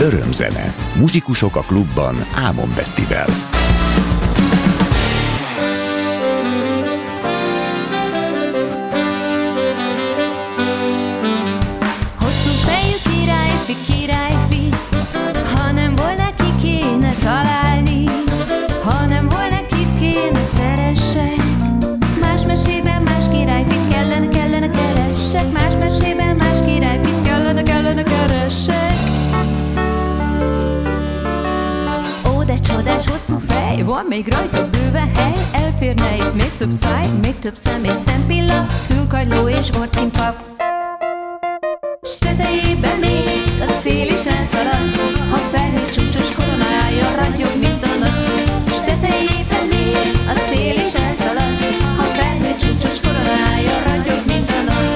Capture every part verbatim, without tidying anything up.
Örömzene. Muzsikusok a klubban Ámon Bettivel. Hosszú fejű királyfi, királyfi, ha nem volna ki kéne találni, ha nem volna kit kéne szeressek, más mesében más királyfit kellene, kellene keressek, más mesében más királyfit kellene, kellene keressek. Ó, de csodás hosszú fej, van még rajta bőven hely, elférne itt még több száj, még több szem és szempilla, fülkagyló és orcinkap. S tetejében még a szél is elszalad, ha felhő csúcsos koronája ragyog, mint a nap. S tetejében még a szél is elszalad, ha felhő csúcsos koronája ragyog, mint a nap.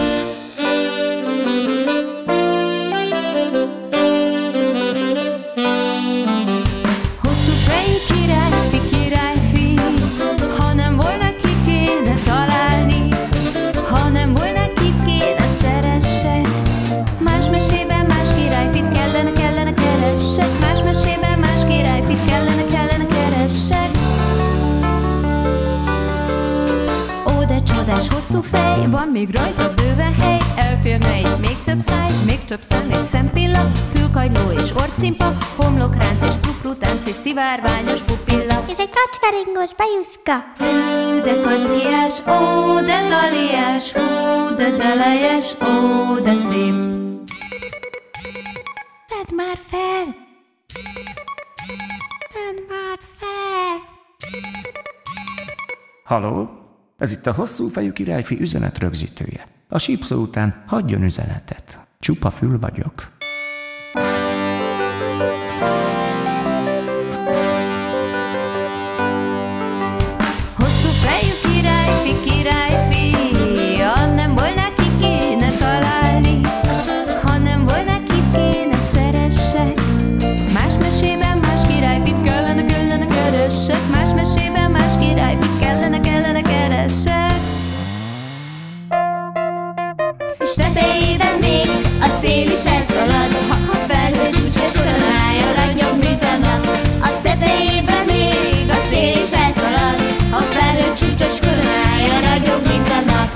Hosszú fejű királyfi, királyfi, ha nem volna ki kéne találni, ha nem volna kit kéne szeressek, más mesében más királyfit kellene, kellene keressek, más mesében más királyfit kellene, kellene keressek. Ó, de csodás hosszú fej, van még rajta bőven hely, elférne itt még több száj, még több szem és szempilla, fülkagyló és orcimpa, homlokránc és puprutánc és szivárványos pupilla. Ez egy kacskaringos bajuszka. Hú, de kockiás, ó, de daliás, hú, de delejes, ó, de szép. Vedd már fel! Vedd már fel! Haló? Ez itt a hosszú fejű királyfi üzenetrögzítője. A sípszó után hagyjon üzenetet. Csupa fül vagyok. Hosszú fejű királyfi, királyfi, ha nem volna ki kéne találni, ha nem volna kit kéne szeressek, más mesében más királyfit kellene, kellene keressek, más mesében más királyfit kellene, kellene keressek. És tetejében még a szél is elszalad, ha felhő csúcsos koronája ragyog, mint a nap. A tetejében még a szél is elszalad, ha felhő csúcsos koronája ragyog, mint a nap.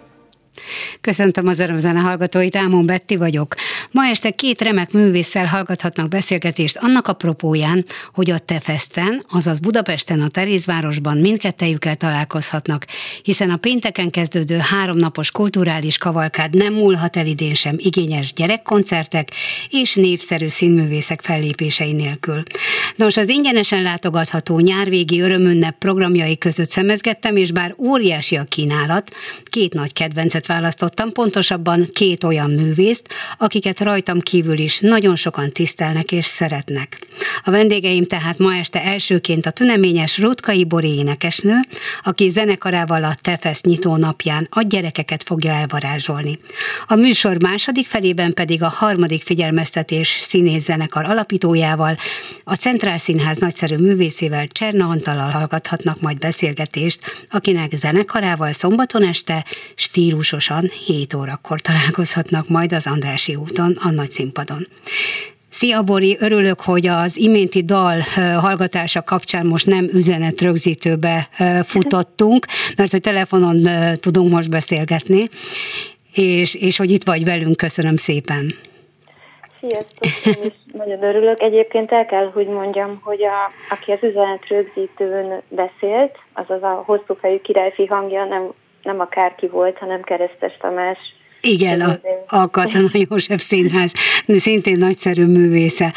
Köszöntöm az Örömzene hallgatóit, Ámon Betti vagyok. Ma este két remek művésszel hallgathatnak beszélgetést annak apropóján, hogy a Tefeszten, azaz Budapesten, a Terézvárosban mindkettejükkel találkozhatnak, hiszen a pénteken kezdődő háromnapos kulturális kavalkád nem múlhat el idén sem igényes gyerekkoncertek és népszerű színművészek fellépései nélkül. Nos, az ingyenesen látogatható nyárvégi örömünnep programjai között szemezgettem, és bár óriási a kínálat, két nagy kedvencet választottam, pontosabban két olyan művészt, akiket rajtam kívül is nagyon sokan tisztelnek és szeretnek. A vendégeim tehát ma este elsőként a tüneményes Rutkai Bori énekesnő, aki zenekarával a Tefesz nyitó napján a gyerekeket fogja elvarázsolni. A műsor második felében pedig a harmadik figyelmeztetés színészzenekar alapítójával, a Centrál Színház nagyszerű művészével, Cserna Antallal hallgathatnak majd beszélgetést, akinek zenekarával szombaton este stílusosan hét órakor találkozhatnak majd az Andrássy úton, a nagy színpadon. Szia Bori, örülök, hogy az iménti dal hallgatása kapcsán most nem üzenetrögzítőbe futottunk, mert hogy telefonon tudunk most beszélgetni, és, és hogy itt vagy velünk, köszönöm szépen. Sziasztok, én is nagyon örülök. Egyébként el kell, hogy mondjam, hogy a, aki az üzenetrögzítőn beszélt, azaz a hosszú fejű királyfi hangja nem, nem akárki volt, hanem Keresztes Tamás. Igen, a, a Katona József Színház szintén nagyszerű művésze.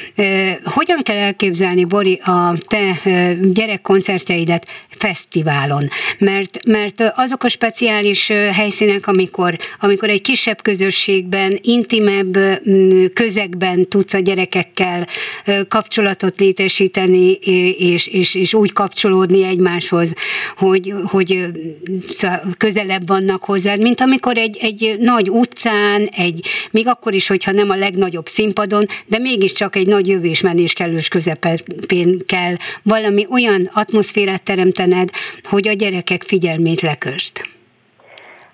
Hogyan kell elképzelni, Bori, a te gyerekkoncertjeidet fesztiválon? Mert, mert azok a speciális helyszínek, amikor, amikor egy kisebb közösségben, intimebb közegben tudsz a gyerekekkel kapcsolatot létesíteni, és, és, és úgy kapcsolódni egymáshoz, hogy, hogy közelebb vannak hozzád, mint amikor egy, egy nagy utcán, egy, még akkor is, hogyha nem a legnagyobb színpadon, de mégiscsak egy nagy jövés-menés kellős közepén kell valami olyan atmoszférát teremtened, hogy a gyerekek figyelmét lekösd.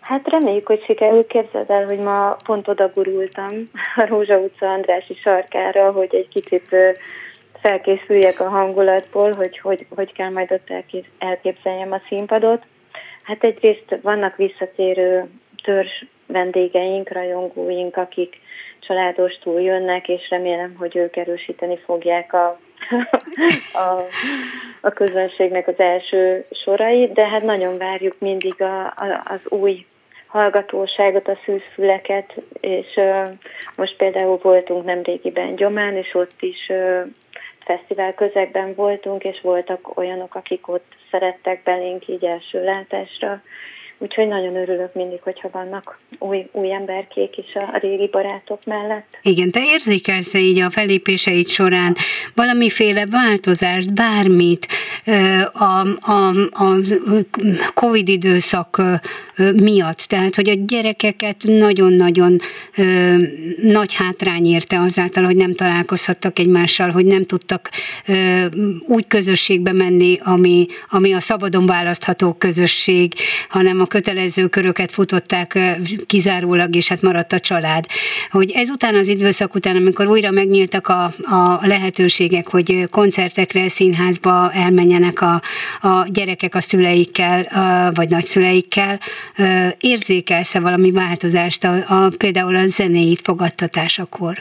Hát reméljük, hogy sikerül. Képzeld el, hogy ma pont oda gurultam a Rózsa utca Andrássy sarkára, hogy egy kicsit felkészüljek a hangulatból, hogy hogy, hogy kell majd ott elképzeljem a színpadot. Hát egyrészt vannak visszatérő törzs vendégeink, rajongóink, akik családostul jönnek, és remélem, hogy ők erősíteni fogják a, a, a közönségnek az első sorait, de hát nagyon várjuk mindig a, a, az új hallgatóságot, a szűzfüleket, és uh, most például voltunk nemrégiben Gyomán, és ott is uh, fesztivál közegben voltunk, és voltak olyanok, akik ott szerettek belénk így első látásra. Úgyhogy nagyon örülök mindig, hogyha vannak új, új emberkék is a, a régi barátok mellett. Igen, te érzékelsz-e így a fellépéseid során valamiféle változást, bármit a, a, a Covid időszak miatt? Tehát, hogy a gyerekeket nagyon-nagyon nagy hátrány érte azáltal, hogy nem találkozhattak egymással, hogy nem tudtak úgy közösségbe menni, ami, ami a szabadon választható közösség, hanem a kötelező köröket futották kizárólag, és hát maradt a család. Hogy ezután az időszak után, amikor újra megnyíltak a, a lehetőségek, hogy koncertekre, színházba elmenjenek a, a gyerekek a szüleikkel, a, vagy nagyszüleikkel, érzékelsz-e valami változást a, a, például a zenéit fogadtatásakor?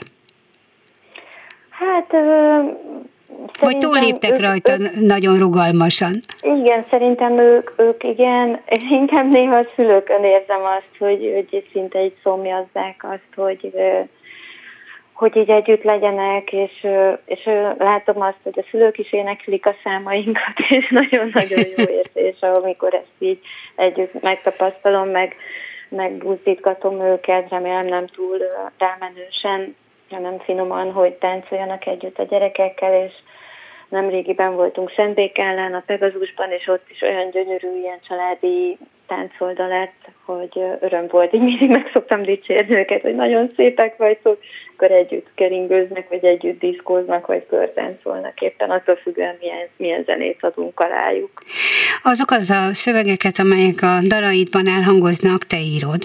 Hát... Vagy túlléptek ők, rajta ők, nagyon rugalmasan. Igen, szerintem ők, ők igen, inkább néha a szülőkön érzem azt, hogy, hogy szinte így szomjazzák azt, hogy, hogy így együtt legyenek, és, és látom azt, hogy a szülők is éneklik a számainkat, és nagyon-nagyon jó érzés, amikor ezt így együtt megtapasztalom, meg, meg buzdítgatom őket, remélem nem túl rámenősen, hanem finoman, hogy táncoljanak együtt a gyerekekkel, és nemrégiben voltunk Szentbék ellen a Pegazusban, és ott is olyan gyönyörű ilyen családi táncolda lett, hogy öröm volt, így mindig meg szoktam dicsérni őket, hogy nagyon szépek vagytok, akkor együtt keringőznek, vagy együtt diszkóznak, vagy körtáncolnak, éppen attól függően milyen, milyen zenét adunk alájuk. Azokat a szövegeket, amelyek a dalaidban elhangoznak, te írod,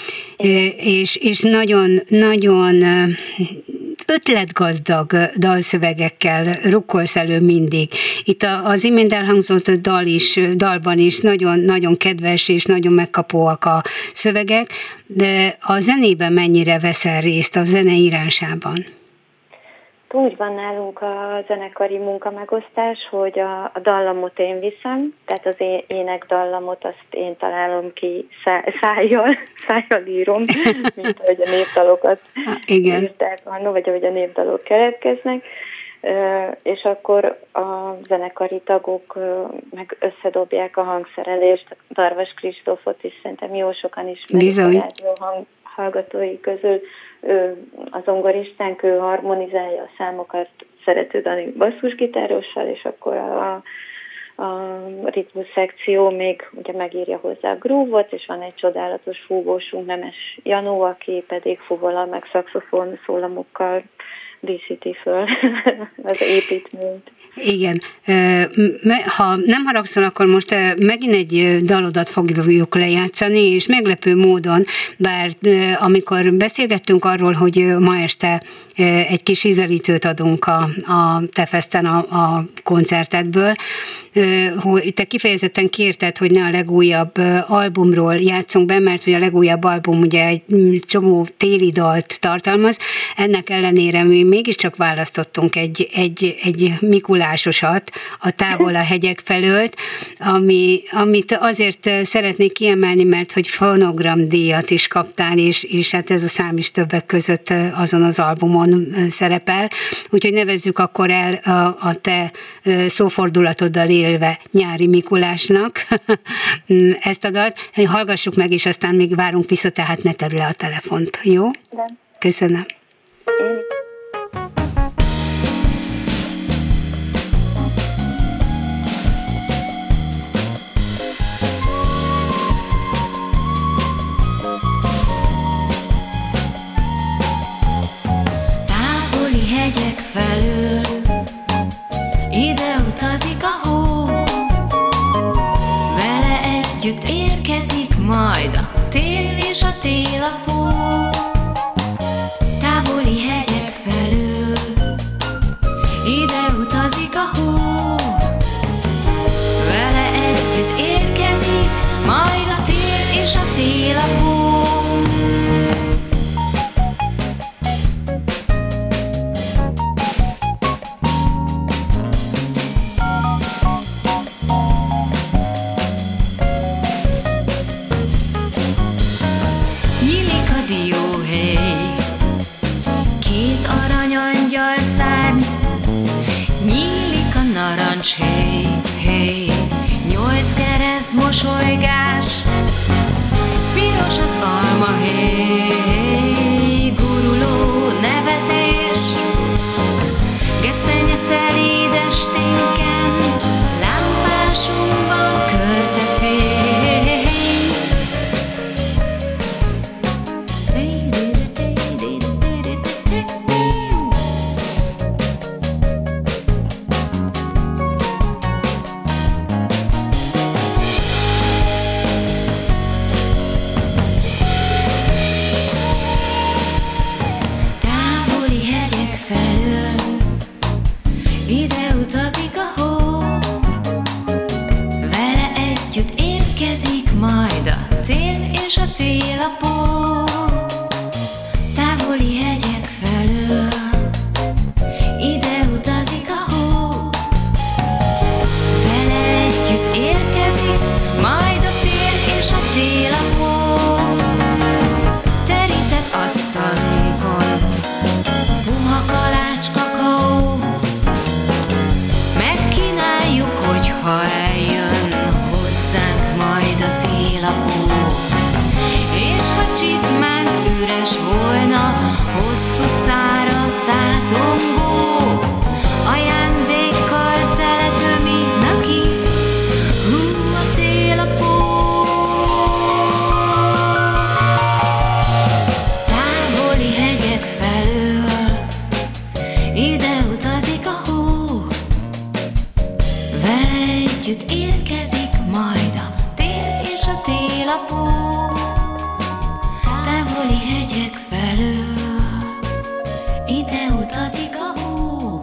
és, és nagyon, nagyon ötletgazdag dalszövegekkel rukkolsz elő mindig. Itt az imént elhangzott dal is, dalban is nagyon, nagyon kedves és nagyon megkapóak a szövegek, de a zenében mennyire veszel részt, a zeneírásában? Úgy van nálunk a zenekari munkamegosztás, hogy a, a dallamot én viszem, tehát az én ének dallamot azt én találom ki szá, szájjal, szájjal írom, mint ahogy a népdalokat írták annó, vagy ahogy a népdalok keletkeznek, és akkor a zenekari tagok meg összedobják a hangszerelést, Darvas Kristófot is szerintem jó sokan ismerik a rádió hang, hallgatói közül, ő a zongoristánk, ő harmonizálja a számokat, Szerető Dani basszusgitárossal, és akkor a, a ritmus szekció még ugye megírja hozzá a groove-ot, és van egy csodálatos fúvósunk, Nemes Janó, aki pedig fuvola meg szaxofon szólamokkal díszíti föl az építményt. Igen. Ha nem haragszol, akkor most megint egy dalodat fogjuk lejátszani, és meglepő módon, bár amikor beszélgettünk arról, hogy ma este egy kis ízelítőt adunk a, a Tefesten a, a koncertedből, hogy te kifejezetten kérted, hogy ne a legújabb albumról játszunk be, mert hogy a legújabb album ugye egy csomó téli dalt tartalmaz, ennek ellenére mi mégiscsak választottunk egy, egy, egy Mikulásosat a Távol a hegyek felőlt, ami, amit azért szeretnék kiemelni, mert hogy fonogramdíjat is kaptál, és, és hát ez a szám is többek között azon az albumon szerepel, úgyhogy nevezzük akkor el a, a te szófordulatoddal élve Nyári Mikulásnak ezt a dalt. Hallgassuk meg, és aztán még várunk vissza, tehát ne tedd le a telefont, jó? De. Köszönöm. Én. Hegyek felől ide utazik a hó, vele együtt érkezik majd a tél. télapó, távoli hegyek felől, ide utazik a hó, vele együtt érkezik majd a tél és a télapó. Nyílik a dióhéj, két aranyangyal szárny, nyílik a narancshéj, héj, nyolc kereszt mosolygás, piros az almahéj, guruló nevetés, gesztenye szeréd esténken, lámpásunkban kördefény. Távoli hegyek felől, ide utazik a hó, vele együtt érkezik majd a tél és a télapó. Távoli hegyek felől, ide utazik a hó, vele együtt érkezik majd a tél és a télapó. Terített asztalunkon puha kalács kakaó, megkínáljuk, hogyha eljön hozzánk majd a télapó. És ha csizmánk üres volna, hosszú szára tátongó, ajándékkal teletömi neki, hú, a télapó. Távoli hegyek felől, ide utazik a hó, vele együtt érkezik majd a tél és a télapó. Távoli hegyek felől, ide utazik a hó,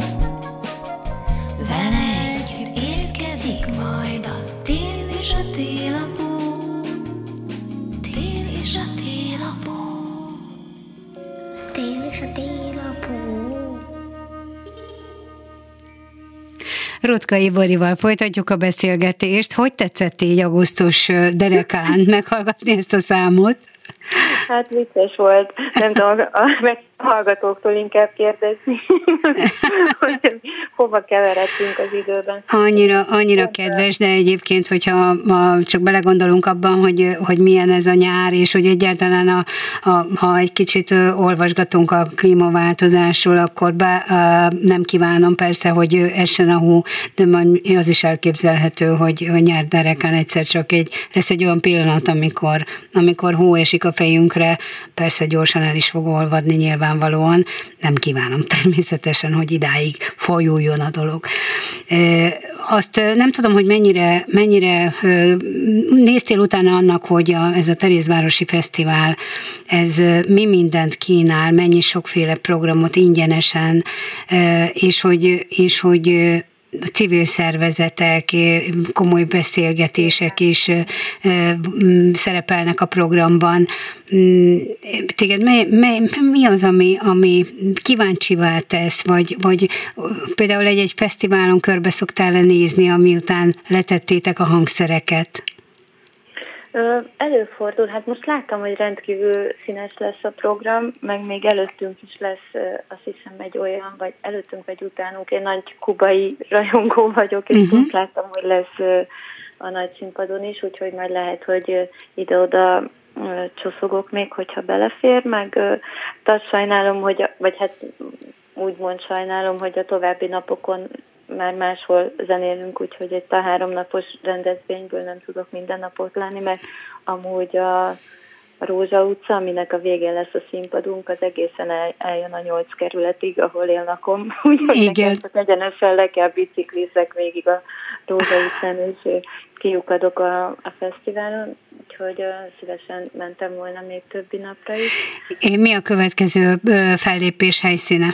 vele együtt érkezik majd a tél és a télapó. Tél és a télapó. Tél és a télapó. Rutkai Borival folytatjuk a beszélgetést. Hogy tetszett így augusztus derekán meghallgatni ezt a számot? Hát vicces volt. Nem tudom, a hallgatóktól inkább kérdezni, hogy hova keveredtünk az időben. Annyira, annyira kedves, de egyébként, hogyha ma csak belegondolunk abban, hogy, hogy milyen ez a nyár, és hogy egyáltalán a, a, ha egy kicsit olvasgatunk a klímaváltozásról, akkor be, nem kívánom persze, hogy essen a hó, de az is elképzelhető, hogy, hogy nyár derekán egyszer csak egy, lesz egy olyan pillanat, amikor, amikor hó esik a fejünkre, persze gyorsan el is fog olvadni nyilvánvalóan, nem kívánom természetesen, hogy idáig folyuljon a dolog. Azt nem tudom, hogy mennyire, mennyire néztél utána annak, hogy a, ez a Terézvárosi Fesztivál, ez mi mindent kínál, mennyi sokféle programot ingyenesen, és hogy, és hogy civil szervezetek, komoly beszélgetések is szerepelnek a programban. Téged mi, mi, mi az, ami, ami kíváncsivá tesz, vagy, vagy például egy-egy fesztiválon körbe szoktál nézni, amiután letettétek a hangszereket? Előfordul, hát most láttam, hogy rendkívül színes lesz a program, meg még előttünk is lesz, azt hiszem, egy olyan, vagy előttünk vagy utánunk, én nagy kubai rajongó vagyok, és uh-huh. most láttam, hogy lesz a nagy színpadon is, úgyhogy majd lehet, hogy ide-oda csoszogok még, hogyha belefér, meg azt sajnálom, hogy, vagy hát úgymond sajnálom, hogy a további napokon már máshol zenélünk, úgyhogy egy a háromnapos rendezvényből nem tudok minden napot lenni, mert amúgy a, a Rózsa utca, aminek a végén lesz a színpadunk, az egészen el, eljön a nyolc kerületig, ahol én lakom. Úgyhogy nekem csak egyenesen le kell biciklizek végig a Rózsa utcán, és kiukadok a, a fesztiválon. úgyhogy szívesen mentem volna még többi napra is. Mi a következő fellépés helyszíne?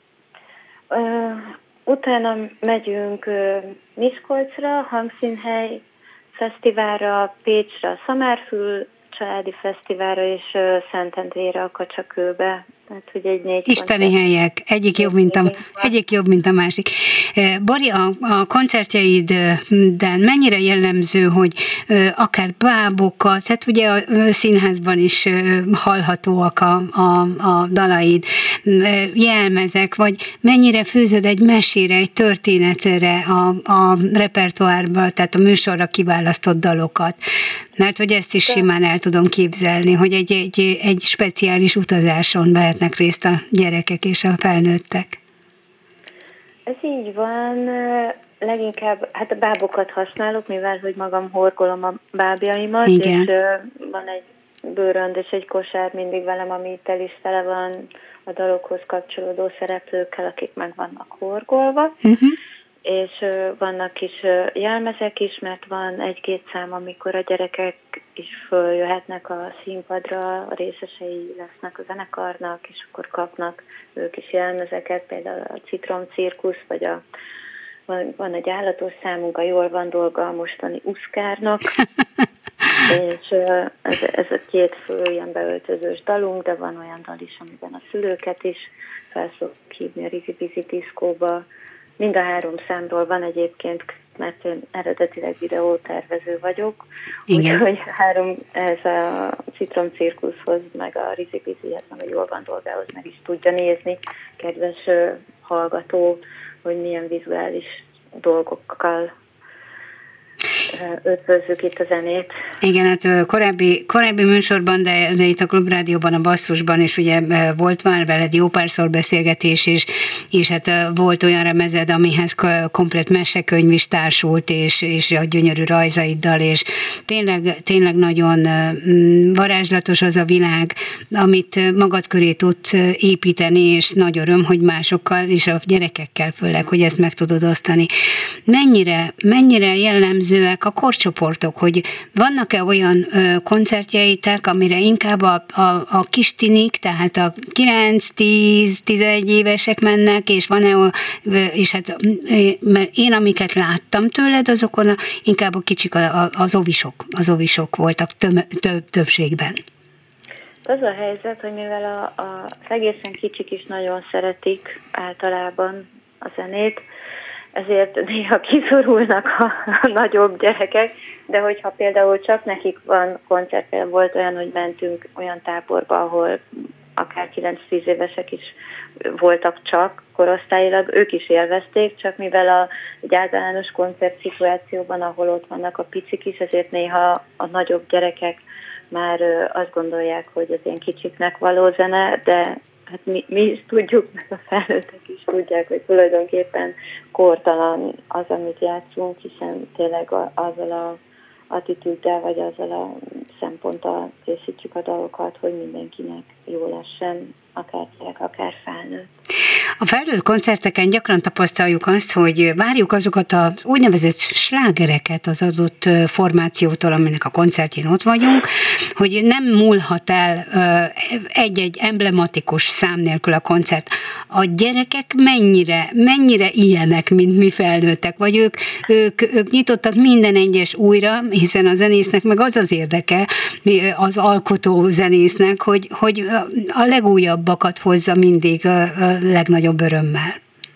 Utána megyünk Miskolcra, Hangszínhely Fesztiválra, Pécsre, a Szamárfül Családi Fesztiválra és Szentendrére a Kacsakőbe. Tehát, hogy egy négy isteni koncert. helyek, egyik jobb, mint a, egyik jobb, mint a másik. Bari, a, a koncertjeidben mennyire jellemző, hogy akár bábokat, tehát ugye a színházban is hallhatóak a, a, a dalaid, jelmezek, vagy mennyire fűzöd egy mesére, egy történetre a, a repertoárba, tehát a műsorra kiválasztott dalokat. Mert hogy ezt is simán el tudom képzelni, hogy egy, egy, egy speciális utazáson vehetnek részt a gyerekek és a felnőttek. Ez így van, leginkább hát a bábokat használok, mivel hogy magam horgolom a bábjaimat, igen. És van egy bőrönd és egy kosár mindig velem, ami tel is tele van a dalokhoz kapcsolódó szereplőkkel, akik meg vannak horgolva. Uh-huh. És vannak kis jelmezek is, mert van egy-két szám, amikor a gyerekek is följöhetnek a színpadra, a részesei lesznek a zenekarnak, és akkor kapnak ők is jelmezeket, például a Citrom Cirkusz, vagy a, van, van egy állatos számunk, a Jól van dolga a mostani Uszkárnak, és ez, ez a két fő ilyen beöltözős dalunk, de van olyan dal is, amiben a szülőket is fel szoktuk hívni a Rizi-Bizi diszkóba. Mind a három számról van egyébként, mert én eredetileg videótervező vagyok, úgyhogy három, ez a Citrom Cirkuszhoz, meg a Rizi-Bizihez, meg a Jól van dolgához meg is tudja nézni, kedves hallgató, hogy milyen vizuális dolgokkal ötvözzük itt a zenét. Igen, hát korábbi, korábbi műsorban, de, de itt a Klubrádióban, a Basszusban is ugye volt már veled jó párszor beszélgetés, és, és hát volt olyan remezed, amihez komplet mesekönyv is társult, és, és a gyönyörű rajzaiddal, és tényleg, tényleg nagyon varázslatos az a világ, amit magad köré tudsz építeni, és nagy öröm, hogy másokkal, és a gyerekekkel főleg, hogy ezt meg tudod osztani. Mennyire, mennyire jellemzőek a korcsoportok, hogy vannak-e olyan ö, koncertjeitek, amire inkább a, a, a kistinik, tehát a kilenc, tíz, tizenegy évesek mennek, és van-e, és hát mert én amiket láttam tőled, azokon a, inkább a kicsik az ovisok, az ovisok voltak töm, több, többségben. Az a helyzet, hogy mivel a, a egészen kicsik is nagyon szeretik általában a zenét, ezért néha kiszorulnak a, a nagyobb gyerekek, de hogyha például csak nekik van koncert, volt olyan, hogy mentünk olyan táborba, ahol akár kilenc-tíz évesek is voltak csak korosztályilag, ők is élvezték, csak mivel a, egy általános koncert szituációban, ahol ott vannak a picik is, ezért néha a nagyobb gyerekek már azt gondolják, hogy ez ilyen kicsiknek való zene, de hát mi, mi is tudjuk, meg a felnőttek is tudják, hogy tulajdonképpen kortalan az, amit játszunk, hiszen tényleg azzal a attitűddel, vagy azzal a szemponttal készítjük a dalokat, hogy mindenkinek jó lessen, akár gyerek, akár felnőtt. A felnőtt koncerteken gyakran tapasztaljuk azt, hogy várjuk azokat az úgynevezett slágereket az adott formációtól, aminek a koncertjén ott vagyunk, hogy nem múlhat el egy-egy emblematikus szám nélkül a koncert. A gyerekek mennyire, mennyire ilyenek, mint mi felnőttek, vagy ők, ők, ők nyitottak minden egyes újra, hiszen a zenésznek meg az az érdeke, az alkotó zenésznek, hogy, hogy a legújabbakat hozza mindig a legnagyobb örömmel.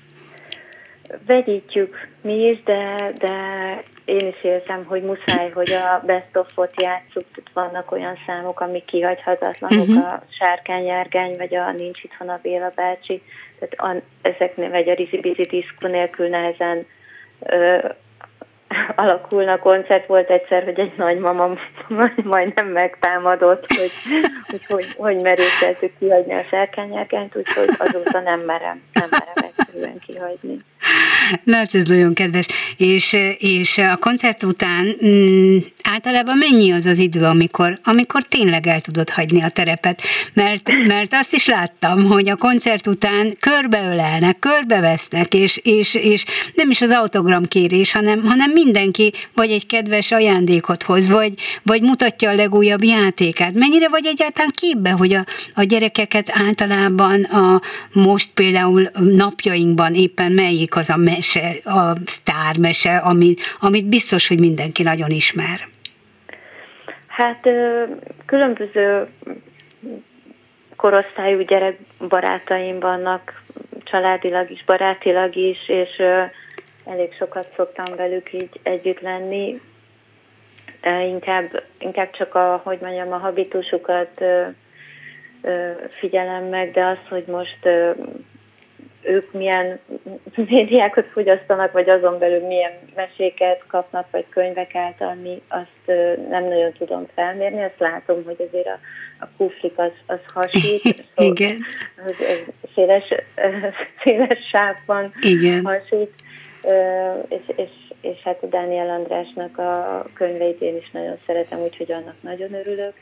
Vegyítjük mi is, de, de én is érzem, hogy muszáj, hogy a best of-ot játsszuk, tehát vannak olyan számok, amik kihagyhatatlanok, uh-huh. a Sárkány-Járgány, vagy a Nincs itthon a Béla bácsi, tehát a, ezeknél, vagy a Rizi-Bizi diszkó nélkül nehezen ö, alakulna a koncert. Volt egyszer, hogy egy nagymama majdnem megtámadott, hogy hogy, hogy, hogy merészeltük kihagyni a Sárkány-Járgányt, úgyhogy azóta nem merem, nem merem egyszerűen kihagyni. Na, ez nagyon kedves. És, és a koncert után Általában mennyi az az idő, amikor, amikor tényleg el tudod hagyni a terepet? Mert, mert azt is láttam, hogy a koncert után körbeölelnek, körbevesznek, és, és, és nem is az autogramkérés, hanem, hanem mindenki vagy egy kedves ajándékot hoz, vagy, vagy mutatja a legújabb játékát. Mennyire vagy egyáltalán képbe, hogy a, a gyerekeket általában a, most például napjainkban éppen melyik az a mese, a sztármese, ami, amit biztos, hogy mindenki nagyon ismer? Hát különböző korosztályú gyerekbarátaim vannak, családilag is, barátilag is, és elég sokat szoktam velük így együtt lenni. Inkább, inkább csak a, hogy mondjam, a habitusukat figyelem meg, de az, hogy most ők milyen médiákat fogyasztanak, vagy azon belül milyen meséket kapnak, vagy könyvek által, mi azt nem nagyon tudom felmérni. Azt látom, hogy azért a, a kuflik az, az hasít. Igen. Az, az széles, széles sávban Igen. hasít. És, és, és hát a Dániel Andrásnak a könyveit én is nagyon szeretem, úgyhogy annak nagyon örülök.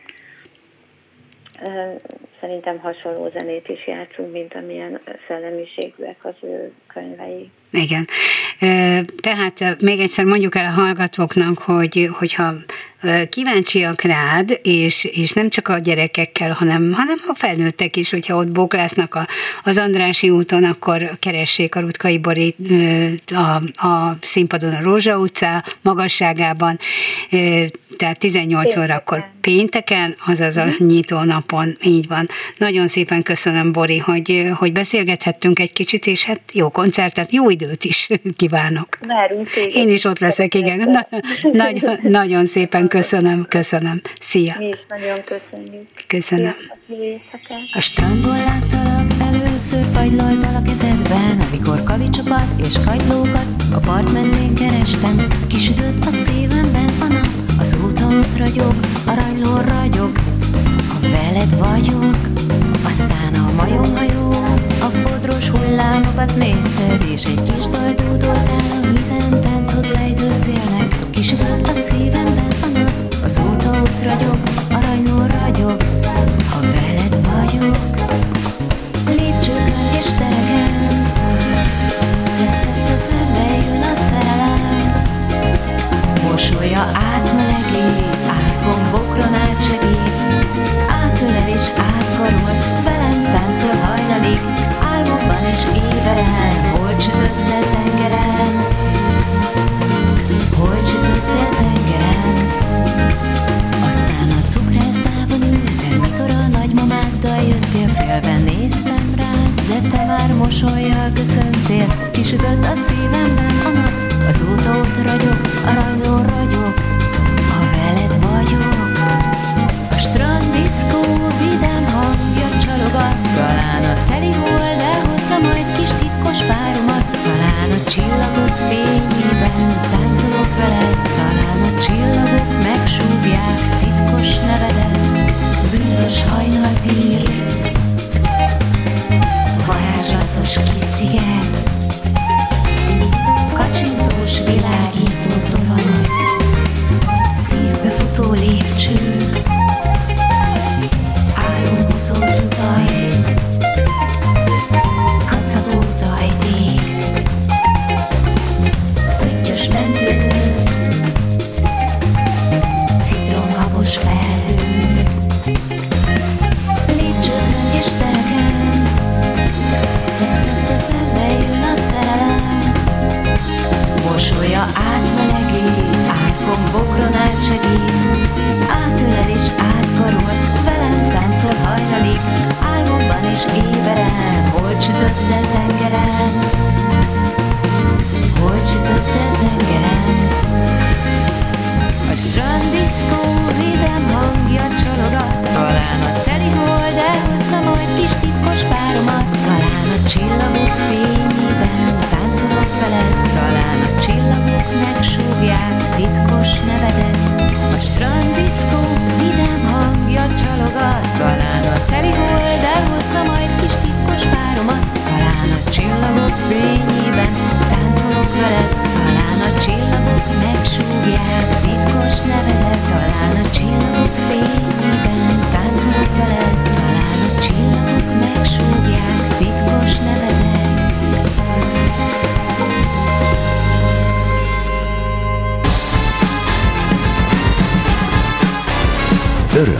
Szerintem hasonló zenét is játszunk, mint amilyen szellemiségűek az ő könyvei. Igen. Tehát még egyszer mondjuk el a hallgatóknak, hogy, hogyha kíváncsiak rád, és, és nem csak a gyerekekkel, hanem, hanem a felnőttek is, hogyha ott bóklásznak a, az Andrássy úton, akkor keressék a Rutkai Borit a, a színpadon a Rózsa utca magasságában, tehát tizennyolc órakor pénteken, azaz a nyitó napon, így van. Nagyon szépen köszönöm, Bori, hogy, hogy beszélgethettünk egy kicsit, és hát jó koncertet, jó időt is kívánok. Várunk téged. Én is ott leszek, igen. Na, nagyon, nagyon szépen köszönöm, köszönöm. Szia! Mi is nagyon köszönjük. Köszönöm. A strandon láttalak, először fagylalt a kezedben, amikor kavicsokat és kagylókat a part mentén kerestem. Kisütött a szívemben a nap, azóta ott ragyog, aranyló ragyog, ha veled vagyok. Aztán a majomhajó, a fodros hullámokat nézted, és egy kis dal dúdoltál a vízen, táncot lejtő szélnek. Kisütött a szívemben a nap, azóta ott ragyog, aranyló ragyog, ha veled vagyok. Lépcsőkön és tereken, szembe jön a szerelem. Mosolya átmelegít, árkombokron átsegít, átölel és átkarol, velem táncol hajnalig, álmokban és éveren, hol csütötte tengeren, hol csütötte tengeren. Aztán a cukrászdában ültem, mikor a nagymamáddal jöttél, félben néztem rád, de te már mosollyal köszöntél. Kisütött a szívemben a nap, azóta ott ragyog, aranyló ragyog, ha veled vagyok. A stranddiszkó vidám hangja csalogat, talán a teli hold elhozza majd kis titkos páromat. Talán a csillagok fényében táncolok veled, talán a csillagok megsúgják titkos nevedet. Bűnös hajnalpír, varázslatos kis sziget.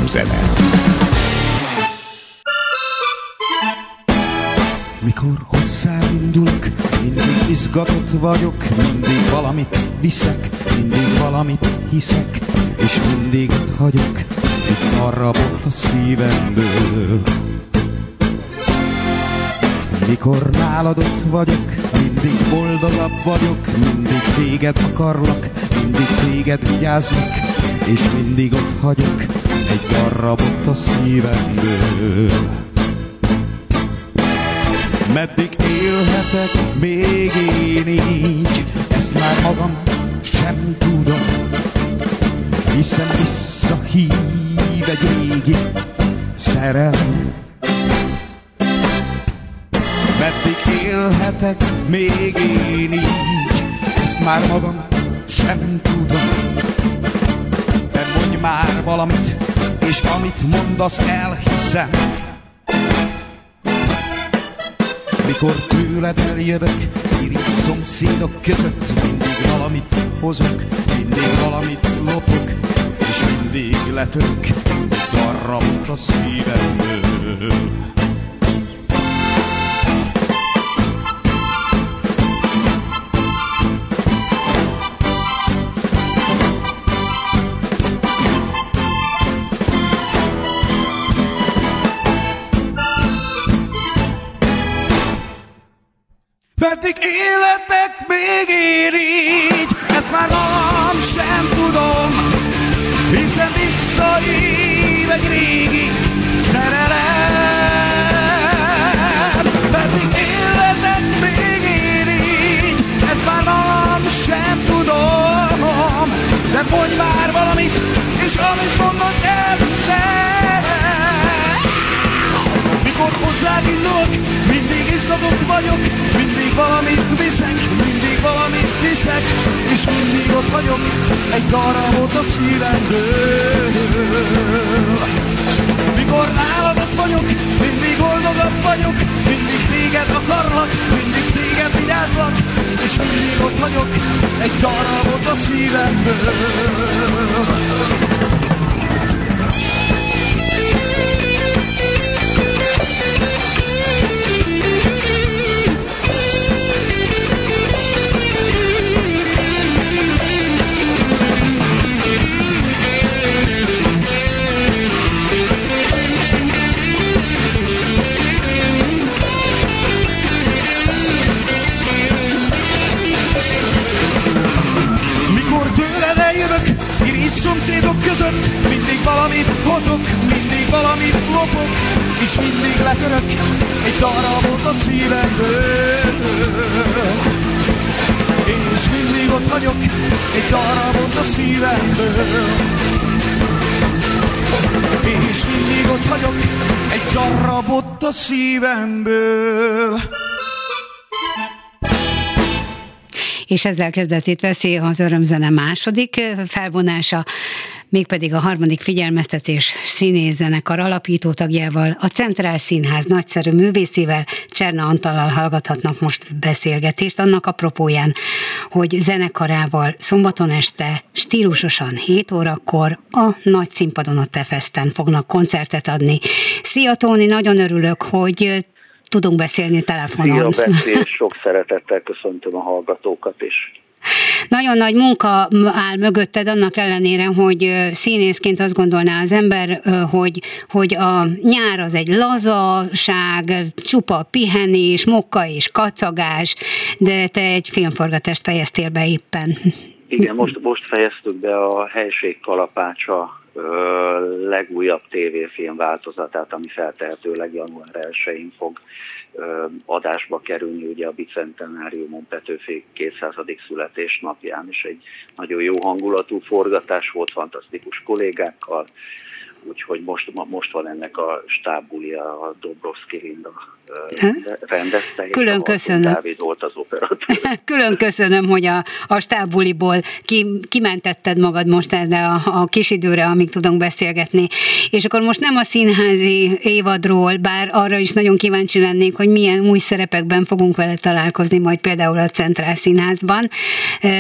zene. Mikor hozzád indulok, mindig izgatott vagyok, mindig valamit viszek, mindig valamit hiszek, és mindig ott hagyok egy darabot a szívemből. Mikor nálad ott vagyok, mindig boldogabb vagyok, mindig téged akarlak, mindig téged vigyázlak, és mindig ott hagyok egy darabot a szívemből. Meddig élhetek még én így, ezt már magam sem tudom, hiszen visszahív egy régi szerelem. Meddig élhetek még én így, ezt már magam sem tudom, de mondj már valamit, és amit mondasz elhiszem. Mikor tőled eljövök, irigy szomszédok között, mindig valamit hozok, mindig valamit lopok, és mindig letörök egy darabot a szívemből. Meddig életek még én így, ezt már magam sem tudom, hiszen visszahív egy régi szerelem. Meddig életek még én így, ezt már magam sem tudom, de mondj már valamit, és amit mondod elhiszem. Mikor hozzád indulok, mindig izgatott vagyok, mindig valamit viszek, mindig valamit viszek, és mindig ott hagyok egy darabot a szívemből. Mikor nálad ott vagyok, mindig boldogabb vagyok, mindig téged akarlak, mindig téged vigyázlak, és mindig ott hagyok egy darabot a szívemből. Szomszédok között mindig valamit hozok, mindig valamit lopok, és mindig letörök egy darabot a szívemből. És mindig ott hagyok egy darabot a szívemből. És mindig ott hagyok egy darabot a szívemből. És ezzel kezdetét veszi az Örömzene második felvonása, mégpedig a harmadik figyelmeztetés színészzenekar alapító tagjával, a Centrál Színház nagyszerű művészével, Cserna Antallal hallgathatnak most beszélgetést, annak apropóján, hogy zenekarával szombaton este stílusosan hét órakor a nagy színpadon a Tefeszten fognak koncertet adni. Szia Tóni, nagyon örülök, hogy tudunk beszélni telefonon. Szia Betsy, és sok szeretettel köszöntöm a hallgatókat is. Nagyon nagy munka áll mögötted, annak ellenére, hogy színészként azt gondolná az ember, hogy, hogy a nyár az egy lazaság, csupa pihenés, mokka és kacagás, de te egy filmforgatást fejeztél be éppen. Igen, most, most fejeztük be a Helység kalapácsa legújabb tévéfilm változatát, ami feltehetőleg január elsején fog adásba kerülni, ugye a bicentenáriumon Petőfi kétszázadik születésnapján, és egy nagyon jó hangulatú forgatás volt, fantasztikus kollégákkal, úgyhogy most, most van ennek a stábbulia, a Dobrovszki Linda rendezte. Külön köszönöm. Dávid volt az operatőr. Külön köszönöm, hogy a, a stábbuliból ki, kimentetted magad most erre a, a kis időre, amíg tudunk beszélgetni. És akkor most nem a színházi évadról, bár arra is nagyon kíváncsi lennék, hogy milyen új szerepekben fogunk vele találkozni, majd például a Centrál Színházban,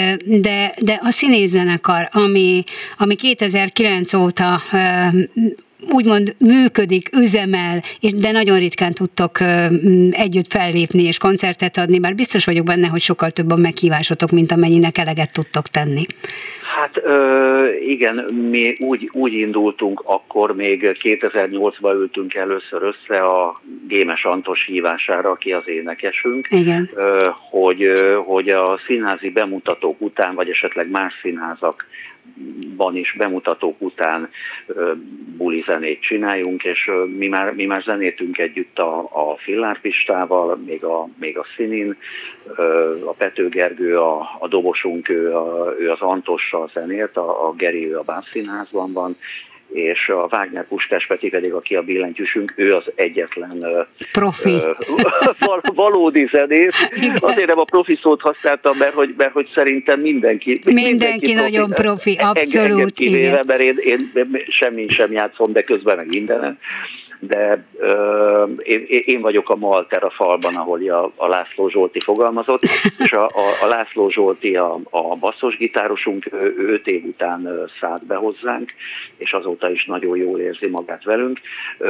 de, de a színészzenekar, ami, ami kétezer-kilenc óta úgymond működik, üzemel, de nagyon ritkán tudtok együtt fellépni és koncertet adni, bár biztos vagyok benne, hogy sokkal több a meghívásotok, mint amennyinek eleget tudtok tenni. Hát ö, igen, mi úgy, úgy indultunk, akkor még kétezer-nyolcban ültünk először össze a Gémes Antos hívására, aki az énekesünk, igen. Ö, hogy, hogy a színházi bemutatók után, vagy esetleg más színházakban is bemutatók után ö, buli zenét csináljunk, és ö, mi, már, mi már zenéltünk együtt a, a Fillár Pistával, még a, még a Színin, ö, a Pető Gergő, a, a dobosunk, ő, a, ő az Antossal zenélt, a, a Geri, ő a Bábszínházban van, és a Wagner Puskás Peti pedig, aki a billentyűsünk, ő az egyetlen profi. Val, valódi zenész. Azért nem a profi szót használtam, mert hogy, mert hogy szerintem mindenki Mindenki, mindenki nagyon profi, abszolút. Engem kivéve, mert én, én semmi sem játszom, de közben meg mindenen. De uh, én, én vagyok a malter a falban, ahogy a, a László Zsolti fogalmazott, és a, a, a László Zsolti, a, a basszusgitárosunk, ő, ő öt év után szállt be hozzánk, és azóta is nagyon jól érzi magát velünk,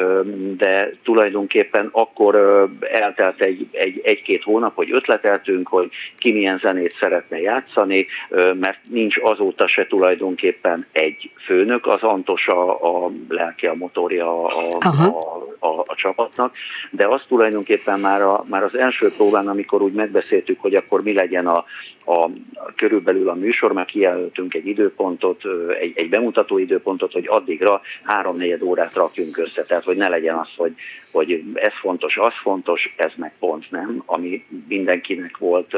de tulajdonképpen akkor eltelt egy, egy, egy-két hónap, hogy ötleteltünk, hogy ki milyen zenét szeretne játszani, mert nincs azóta se tulajdonképpen egy főnök, az Antos a, a lelke, a motorja, a, a A, a, a csapatnak, de az tulajdonképpen már, a, már az első próbán, amikor úgy megbeszéltük, hogy akkor mi legyen a, a, körülbelül a műsor, már kijelöltünk egy időpontot, egy, egy bemutató időpontot, hogy addigra három-négy órát rakjunk össze, tehát hogy ne legyen az, hogy, hogy ez fontos, az fontos, ez meg pont nem, ami mindenkinek volt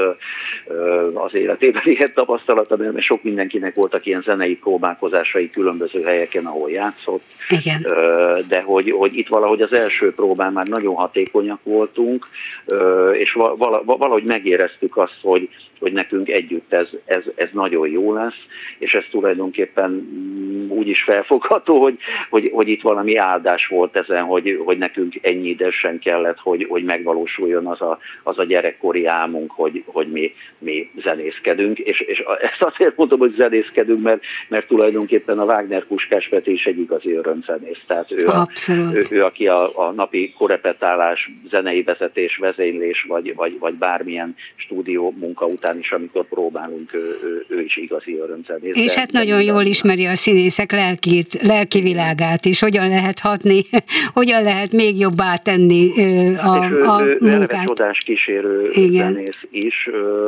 az életében ilyen tapasztalata, mert sok mindenkinek voltak ilyen zenei próbálkozásai különböző helyeken, ahol játszott. Igen. De hogy, hogy itt valahogy az első próbán már nagyon hatékonyak voltunk, és valahogy megéreztük azt, hogy, hogy nekünk együtt ez, ez, ez nagyon jó lesz, és ez tulajdonképpen úgy is felfogható, hogy, hogy, hogy itt valami áldás volt ezen, hogy, hogy nekünk ennyi idősen kellett, hogy, hogy megvalósuljon az a, az a gyerekkori álmunk, hogy, hogy mi, mi zenészkedünk, és, és ezt azért mondom, hogy zenészkedünk, mert, mert tulajdonképpen a Wagner Puskás Peti is egy igazi örömzenész, tehát ő, a, ő, ő aki a, a napi korepetálás, zenei vezetés, vezénylés, vagy, vagy, vagy bármilyen stúdió munka után is, amikor próbálunk, ő, ő, ő is igazi örömzenész. És hát nagyon jól ismeri a színészek lelkét, lelki világát is, hogyan lehet hatni, hogyan lehet még jobbá tenni a, ő, a ő, munkát. Ő csodás kísérő Igen. zenész is,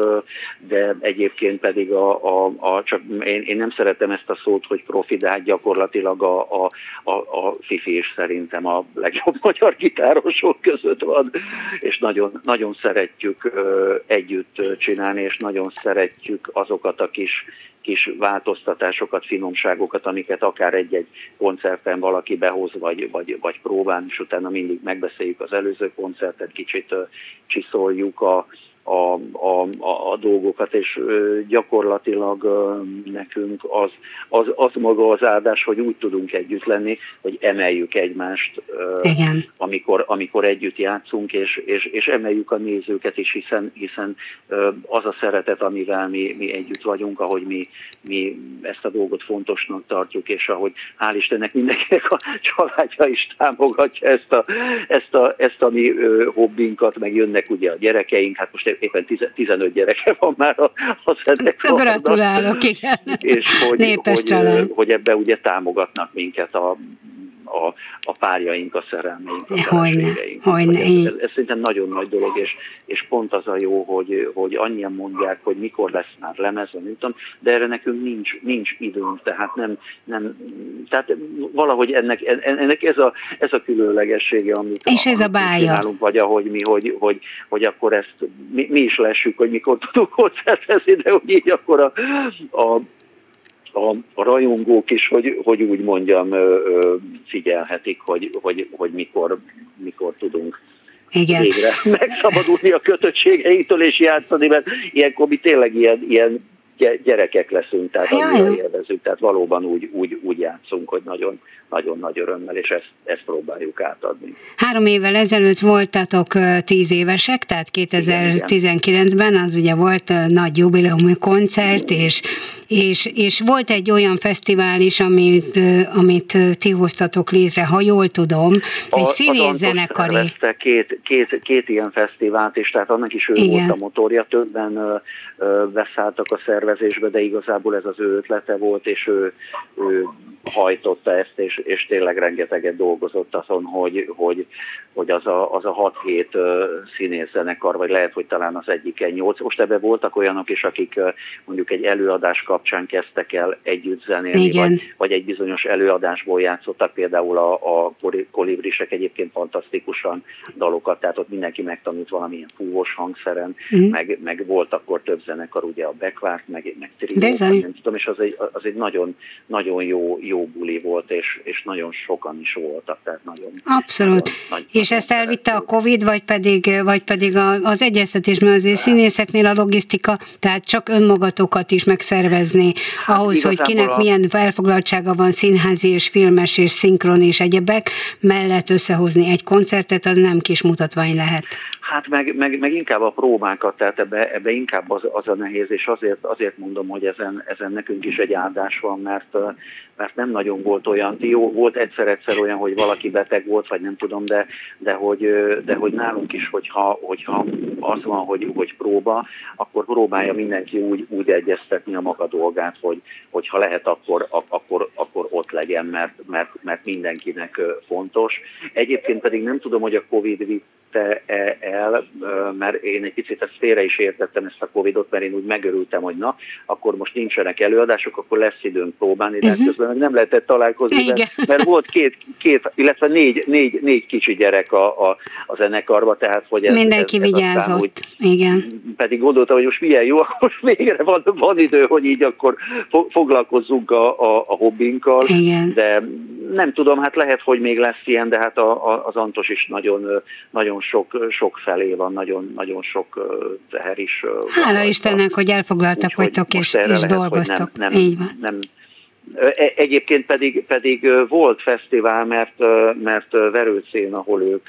de egyébként pedig a, a, a csak én, én nem szeretem ezt a szót, hogy profi, de hát gyakorlatilag a, a, a, a Fifi is szerintem a legjobb magyar gitárosok között van, és nagyon, nagyon szeretjük együtt csinálni, és nagyon szeretjük azokat a kis kis változtatásokat, finomságokat, amiket akár egy-egy koncerten valaki behoz, vagy, vagy, vagy próbán, és utána mindig megbeszéljük az előző koncertet, kicsit uh, csiszoljuk a, a, a, a, a dolgokat, és uh, gyakorlatilag uh, nekünk az, az, az maga az áldás, hogy úgy tudunk együtt lenni, hogy emeljük egymást, uh, amikor, amikor együtt játszunk, és, és, és emeljük a nézőket is, hiszen, hiszen uh, az a szeretet, amivel mi, mi együtt vagyunk, ahogy mi, mi ezt a dolgot fontosnak tartjuk, és ahogy hál' Istennek mindenkinek a családja is támogatja ezt a, ezt a, ezt a mi uh, hobbinkat, meg jönnek ugye a gyerekeink, hát most éppen tizenöt gyereke van már a, a zenekarnak. Gratulálok, igen. És hogy, hogy, hogy ebbe ugye támogatnak minket a, a, a párjaink, a szerelmeink, a feleségeink. Ez, ez, ez szerintem nagyon nagy dolog, és, és pont az a jó, hogy, hogy annyian mondják, hogy mikor lesz már lemez, vagy nem tudom, de erre nekünk nincs, nincs időnk, tehát nem, nem tehát valahogy ennek, ennek ez, a, ez a különlegessége, amit és ez a bája. Csinálunk, vagy ahogy mi, hogy, hogy, hogy akkor ezt mi, mi is lessük, hogy mikor tudunk koncertezni, de hogy így akkor a, a A, a rajongók is, hogy, hogy úgy mondjam, figyelhetik, hogy, hogy, hogy mikor, mikor tudunk Igen. végre megszabadulni a kötöttségeitől és játszani, mert ilyenkor mi tényleg ilyen, ilyen gyerekek leszünk, tehát annyira élvezünk, tehát valóban úgy, úgy, úgy játszunk, hogy nagyon, nagyon nagy örömmel, és ezt, ezt próbáljuk átadni. Három évvel ezelőtt voltatok tíz évesek, tehát kétezer-tizenkilencben az ugye volt nagy jubileumi koncert, és, és, és volt egy olyan fesztivál is, amit, amit ti hoztatok létre, ha jól tudom, egy színészzenekari. Két, két, két ilyen fesztivált is, tehát annak is ő Igen. volt a motorja, többen ö, ö, beszálltak a szervezésbe, de igazából ez az ő ötlete volt, és ő, ő hajtotta ezt, és, és tényleg rengeteget dolgozott azon, hogy, hogy, hogy az a, az a hat-hét színészzenekar, vagy lehet, hogy talán az egyiken nyolc. Most ebben voltak olyanok is, akik mondjuk egy előadás kapcsán kezdtek el együtt zenélni, vagy, vagy egy bizonyos előadásból játszottak, például a, a kolibrisek egyébként fantasztikusan dalokat, tehát ott mindenki megtanult valamilyen fúvós hangszeren, mm. meg, meg volt akkor több zenekar, ugye a Bekvárt, meg, meg Trilót, nem tudom, és az egy, az egy nagyon, nagyon jó, jó buli volt, és, és nagyon sokan is voltak, tehát nagyon... Abszolút. Nagyon, és nagyon ezt elvitte a Covid, vagy pedig, vagy pedig az egyeztetés, mert azért színészeknél a logisztika, tehát csak önmagatokat is megszervezni, hát ahhoz, hogy kinek a... milyen elfoglaltsága van színházi és filmes és szinkron és egyebek, mellett összehozni egy koncertet, az nem kis mutatvány lehet. Hát meg, meg, meg inkább a próbákat, tehát ebbe, ebbe inkább az, az a nehéz, és azért, azért mondom, hogy ezen, ezen nekünk is egy áldás van, mert, mert nem nagyon volt olyan, jó, volt egyszer-egyszer olyan, hogy valaki beteg volt, vagy nem tudom, de, de, hogy, de hogy nálunk is, hogyha, hogyha az van, hogy, hogy próba, akkor próbálja mindenki úgy, úgy egyeztetni a maga dolgát, hogy, hogy ha lehet, akkor, akkor, akkor ott legyen, mert, mert, mert mindenkinek fontos. Egyébként pedig nem tudom, hogy a Covid vitt el, mert én egy picit ezt félre is értettem, ezt a Covidot, mert én úgy megörültem, hogy na, akkor most nincsenek előadások, akkor lesz időnk próbálni, de uh-huh. közben nem lehetett találkozni, mert, mert volt két, két, illetve négy, négy, négy kicsi gyerek a, a, a zenekarba, tehát hogy ez, mindenki ez, ez vigyázott, úgy, igen. Pedig gondoltam, hogy most milyen jó, akkor végre van, van idő, hogy így akkor foglalkozzunk a, a, a hobbinkkal, igen. De nem tudom, hát lehet, hogy még lesz ilyen, de hát a, a, az Antos is nagyon, nagyon sok, sok felé van, nagyon, nagyon sok teher is. Hála van, Istennek, hogy elfoglaltak úgy, vagytok és, és lehet, dolgoztok. Nem, nem, Így van. Nem, egyébként pedig, pedig volt fesztivál, mert, mert Verőcén, ahol ők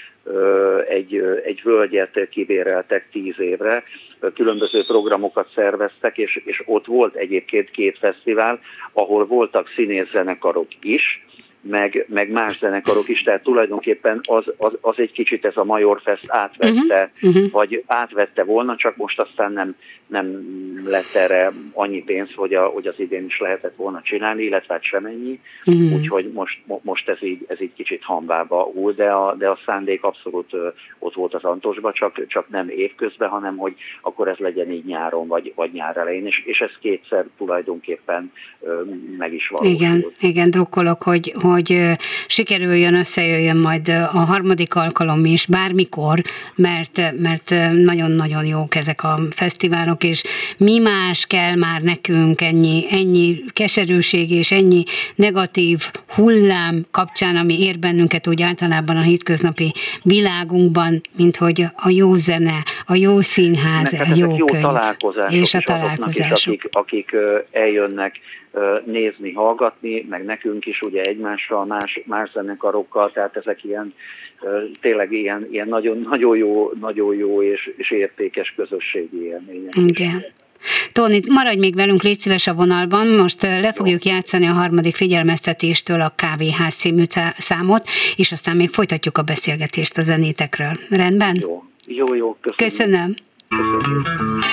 egy, egy völgyet kibéreltek tíz évre, különböző programokat szerveztek, és, és ott volt egyébként két fesztivál, ahol voltak színészzenekarok is, meg, meg más zenekarok is, tehát tulajdonképpen az, az, az egy kicsit ez a Majorfest átvette, uh-huh. vagy átvette volna, csak most aztán nem, nem lett erre annyi pénz, hogy, a, hogy az idén is lehetett volna csinálni, illetve hát semennyi, uh-huh. úgyhogy most, most ez, így, ez így kicsit hamvába úl, de a, de a szándék abszolút ott volt az Antosban, csak, csak nem évközben, hanem hogy akkor ez legyen így nyáron, vagy, vagy nyár elején, és, és ez kétszer tulajdonképpen meg is valósult. Igen, igen, drukkolok, hogy hogy sikerüljön, összejöjjön majd a harmadik alkalom is, bármikor, mert, mert nagyon-nagyon jók ezek a fesztiválok, és mi más kell már nekünk ennyi, ennyi keserűség és ennyi negatív hullám kapcsán, ami ér bennünket úgy általában a hétköznapi világunkban, mint hogy a jó zene, a jó színház, a jó, jó könyv, és a találkozások. Is, akik, akik eljönnek nézni, hallgatni, meg nekünk is ugye egymással, más, más zenekarokkal, tehát ezek ilyen, tényleg ilyen, ilyen nagyon, nagyon jó, nagyon jó és, és értékes közösségi élmények. Igen. Tóni, maradj még velünk, légy szíves a vonalban, most le fogjuk játszani a harmadik figyelmeztetéstől a Kávéház című számot, és aztán még folytatjuk a beszélgetést a zenétekről. Rendben? Jó, jó, jó, köszönöm. Köszönöm. Köszönöm.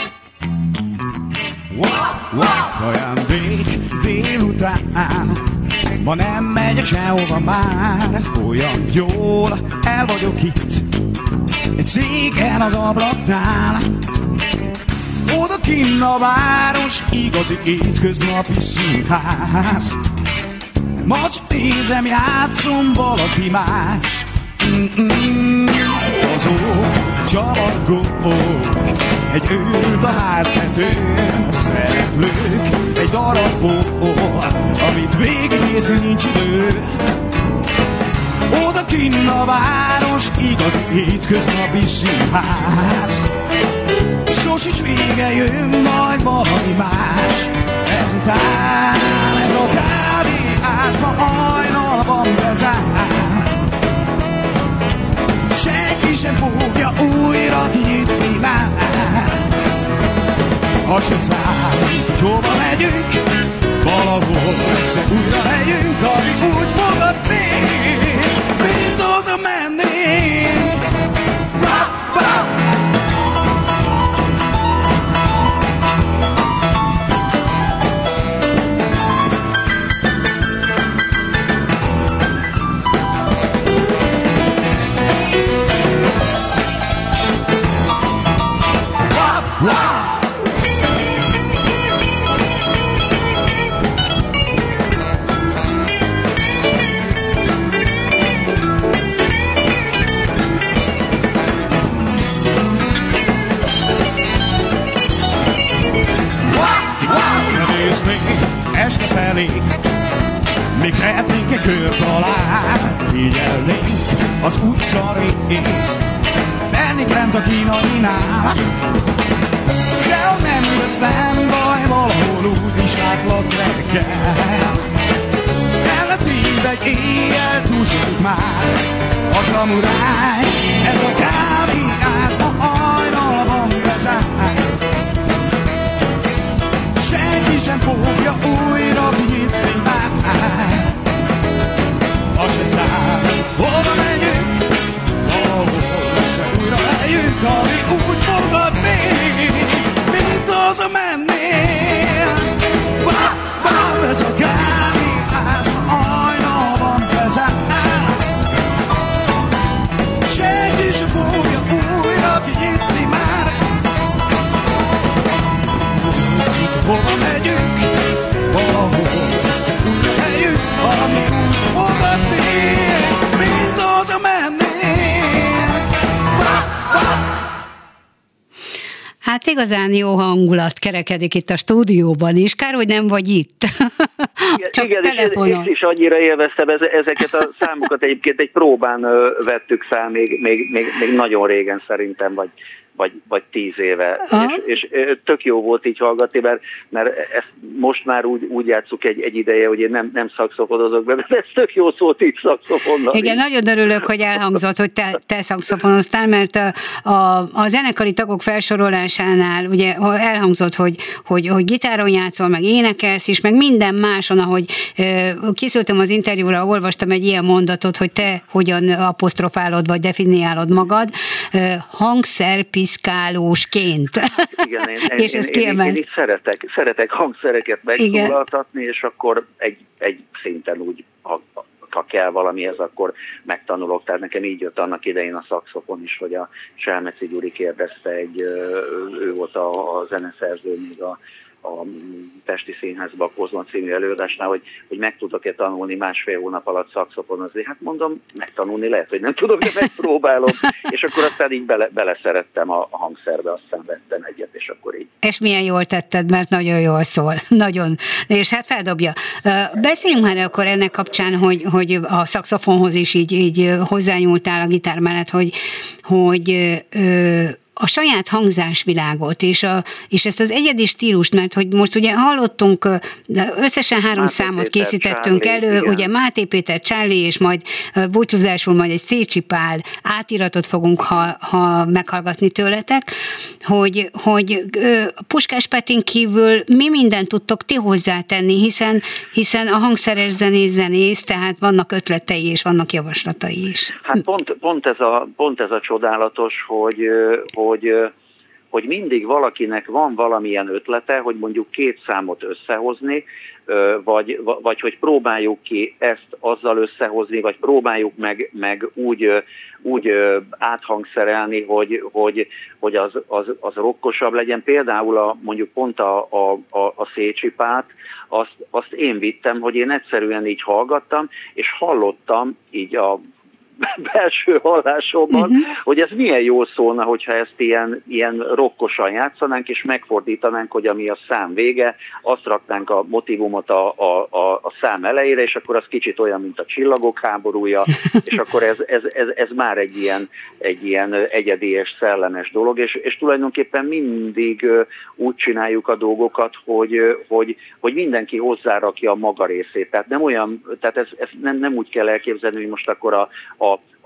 Olyan vég délután, ma nem megyek sehova már, olyan jól el vagyok itt, egy cégen az ablaknál. Oda kinn a város, igazi hétköznapi színház. Ma csak nézem, játszom valaki más. Mm-mm. Azok csalagok, egy őrült a háztetőn, szereplők egy darabból, amit végignézni nincs idő. Oda kinn a város, igazi hétköznapi színház. Sosincs vége, jön majd valami más. Ezután ez a kávéház ma hajnalban bezár. Senki sem fogja újra kinyitni már, ha se zár. hogy hova megyünk, valahol messze újra legyünk, ami úgy fogad még, mint haza mennénk. Rap, rap. Este felé még tehetnénk egy kört alá, figyelnénk az utca részt, mennénk lent a kínainál. De ha nem jössz, nem baj, valahol úgy is látlak reggel. Elletít egy éjjel, túlsult már a szamuráj, ez a kávéház ma hajnalban bezár. Senki sem fogja újra kinyitni már. Az se számít, hova megyünk, valahol össze újra lejünk, ami úgy fogad még, mint haza mennél. Vá, vá, ez a kávéház ma hajnalban bezár. Senki sem fogja újra kinyitni már. Hova megyünk, valahol össze újra lejünk, ami úgy fogad még, mint haza mennél. Hát igazán jó hangulat kerekedik itt a stúdióban is, kár, hogy nem vagy itt. Csak igen, telefonon. És, és annyira élveztem ezeket a számokat, egyébként egy próbán vettük fel még, még, még, még nagyon régen szerintem, vagy Vagy, vagy tíz éve, és, és tök jó volt így hallgatni, mert, mert ezt most már úgy, úgy játsszuk egy, egy ideje, hogy én nem, nem szaxofonozok be, de ez tök jó szólt így szaxofonnal. Igen, is. Nagyon örülök, hogy elhangzott, hogy te, te szaxofonoztál, mert a, a, a zenekari tagok felsorolásánál ugye elhangzott, hogy, hogy, hogy gitáron játszol, meg énekelsz is, meg minden máson, ahogy készültem az interjúra, olvastam egy ilyen mondatot, hogy te hogyan apostrofálod, vagy definiálod magad, hangszer piszkálósként. Igen, én, és én, ez én, én, én itt szeretek, szeretek hangszereket megszólaltatni, és akkor egy, egy szinten úgy, ha, ha kell valamihez, akkor megtanulok. Tehát nekem így jött annak idején a szaxofon is, hogy a Selmeci Gyuri kérdezte, egy, ő volt a, a zeneszerző még a a Pesti Színházban a Kozma című előadásnál, hogy, hogy meg tudok-e tanulni másfél hónap alatt szaxofonozni. Hát mondom, megtanulni lehet, hogy nem tudok, de megpróbálom. És akkor aztán így bele, beleszerettem a, a hangszerbe, aztán vettem egyet, és akkor így. És milyen jól tetted, mert nagyon jól szól. Nagyon. És hát feldobja. Beszéljünk már akkor ennek kapcsán, hogy, hogy a szaxofonhoz is így, így hozzányúltál a gitár mellett, hogy, hogy ö, a saját hangzásvilágot, és, a, és ezt az egyedi stílust, mert hogy most ugye hallottunk, összesen három Máté számot Péter, készítettünk Charlie, elő, igen. Ugye Máté Péter, Charlie, és majd búcsúzásul majd egy Szécsi Pál átiratot fogunk ha, ha meghallgatni tőletek, hogy, hogy Puskás Petin kívül mi mindent tudtok ti hozzátenni, hiszen, hiszen a hangszeres zenész zenész, tehát vannak ötletei és vannak javaslatai is. Hát pont, pont, ez, a, pont ez a csodálatos, hogy, hogy Hogy, hogy mindig valakinek van valamilyen ötlete, hogy mondjuk két számot összehozni, vagy, vagy hogy próbáljuk ki ezt azzal összehozni, vagy próbáljuk meg, meg úgy, úgy áthangszerelni, hogy, hogy, hogy az, az, az rokkosabb legyen. Például a, mondjuk pont a, a, a Szécsi Pát, azt, azt én vittem, hogy én egyszerűen így hallgattam, és hallottam így a belső hallásomban, uh-huh. hogy ez milyen jól szólna, hogyha ezt ilyen, ilyen rokkosan játszanánk, és megfordítanánk, hogy ami a szám vége, azt raknánk a motivumot a, a, a, a szám elejére, és akkor az kicsit olyan, mint a Csillagok háborúja, és akkor ez, ez, ez, ez már egy ilyen, egy ilyen egyedi és szellemes dolog, és, és tulajdonképpen mindig úgy csináljuk a dolgokat, hogy, hogy, hogy mindenki hozzárakja a maga részét. Tehát nem olyan, tehát ez, ez nem, nem úgy kell elképzelni, hogy most akkor a, a A,